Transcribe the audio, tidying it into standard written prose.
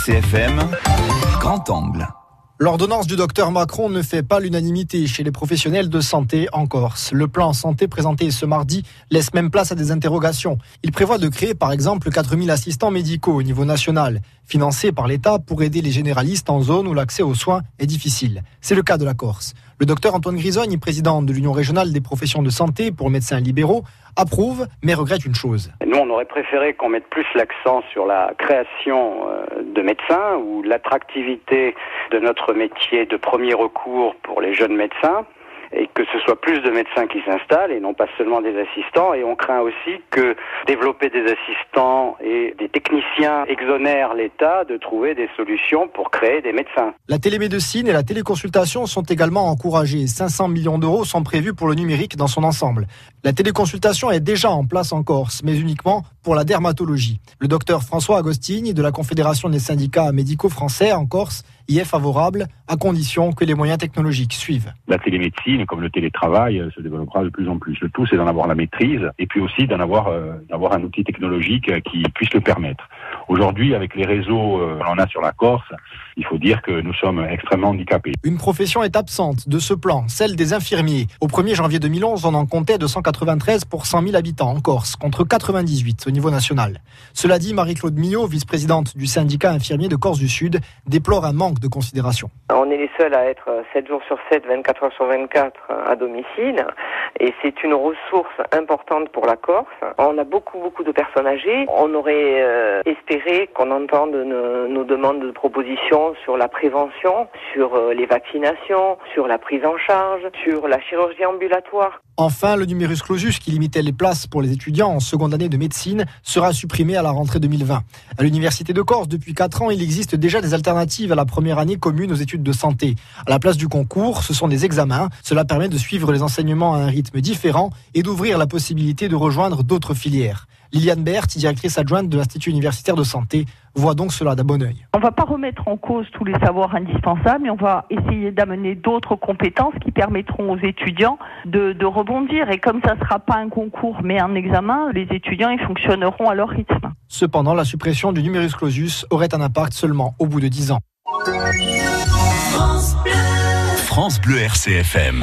RCFM, Grand Angle. L'ordonnance du docteur Macron ne fait pas l'unanimité chez les professionnels de santé en Corse. Le plan santé présenté ce mardi laisse même place à des interrogations. Il prévoit de créer par exemple 4000 assistants médicaux au niveau national, financés par l'État pour aider les généralistes en zone où l'accès aux soins est difficile. C'est le cas de la Corse. Le docteur Antoine Grisogne, président de l'Union régionale des professions de santé pour médecins libéraux, approuve mais regrette une chose. Nous, on aurait préféré qu'on mette plus l'accent sur la création de médecins ou l'attractivité de notre métier de premier recours pour les jeunes médecins et que ce soit plus de médecins qui s'installent et non pas seulement des assistants. Et on craint aussi que développer des assistants et des techniciens exonère l'État de trouver des solutions pour créer des médecins. La télémédecine et la téléconsultation sont également encouragées. 500 millions d'euros sont prévus pour le numérique dans son ensemble. La téléconsultation est déjà en place en Corse, mais uniquement pour la dermatologie. Le docteur François Agostini de la Confédération des syndicats médicaux français en Corse y est favorable, à condition que les moyens technologiques suivent. La télémédecine, comme le télétravail, se développera de plus en plus. Le tout, c'est d'en avoir la maîtrise et puis aussi d'avoir un outil technologique qui puisse le permettre. Aujourd'hui, avec les réseaux qu'on a sur la Corse, il faut dire que nous sommes extrêmement handicapés. Une profession est absente de ce plan, celle des infirmiers. Au 1er janvier 2011, on en comptait 293 pour 100 000 habitants en Corse, contre 98 au niveau national. Cela dit, Marie-Claude Millot, vice-présidente du syndicat infirmier de Corse du Sud, déplore un manque de considération. On est les seuls à être 7 jours sur 7, 24 heures sur 24 à domicile et c'est une ressource importante pour la Corse. On a beaucoup de personnes âgées. On aurait espéré qu'on entende nos demandes de propositions sur la prévention, sur les vaccinations, sur la prise en charge, sur la chirurgie ambulatoire. Enfin, le numerus clausus qui limitait les places pour les étudiants en seconde année de médecine sera supprimé à la rentrée 2020. À l'Université de Corse, depuis 4 ans, il existe déjà des alternatives à la première année commune aux études de santé. À la place du concours, ce sont des examens. Cela permet de suivre les enseignements à un rythme différent et d'ouvrir la possibilité de rejoindre d'autres filières. Liliane Berthe, directrice adjointe de l'Institut universitaire de santé, voit donc cela d'un bon œil. On ne va pas remettre en cause tous les savoirs indispensables, mais on va essayer d'amener d'autres compétences qui permettront aux étudiants de rebondir. Et comme ça ne sera pas un concours mais un examen, les étudiants ils fonctionneront à leur rythme. Cependant, la suppression du numerus clausus aurait un impact seulement au bout de 10 ans. France Bleu RCFM.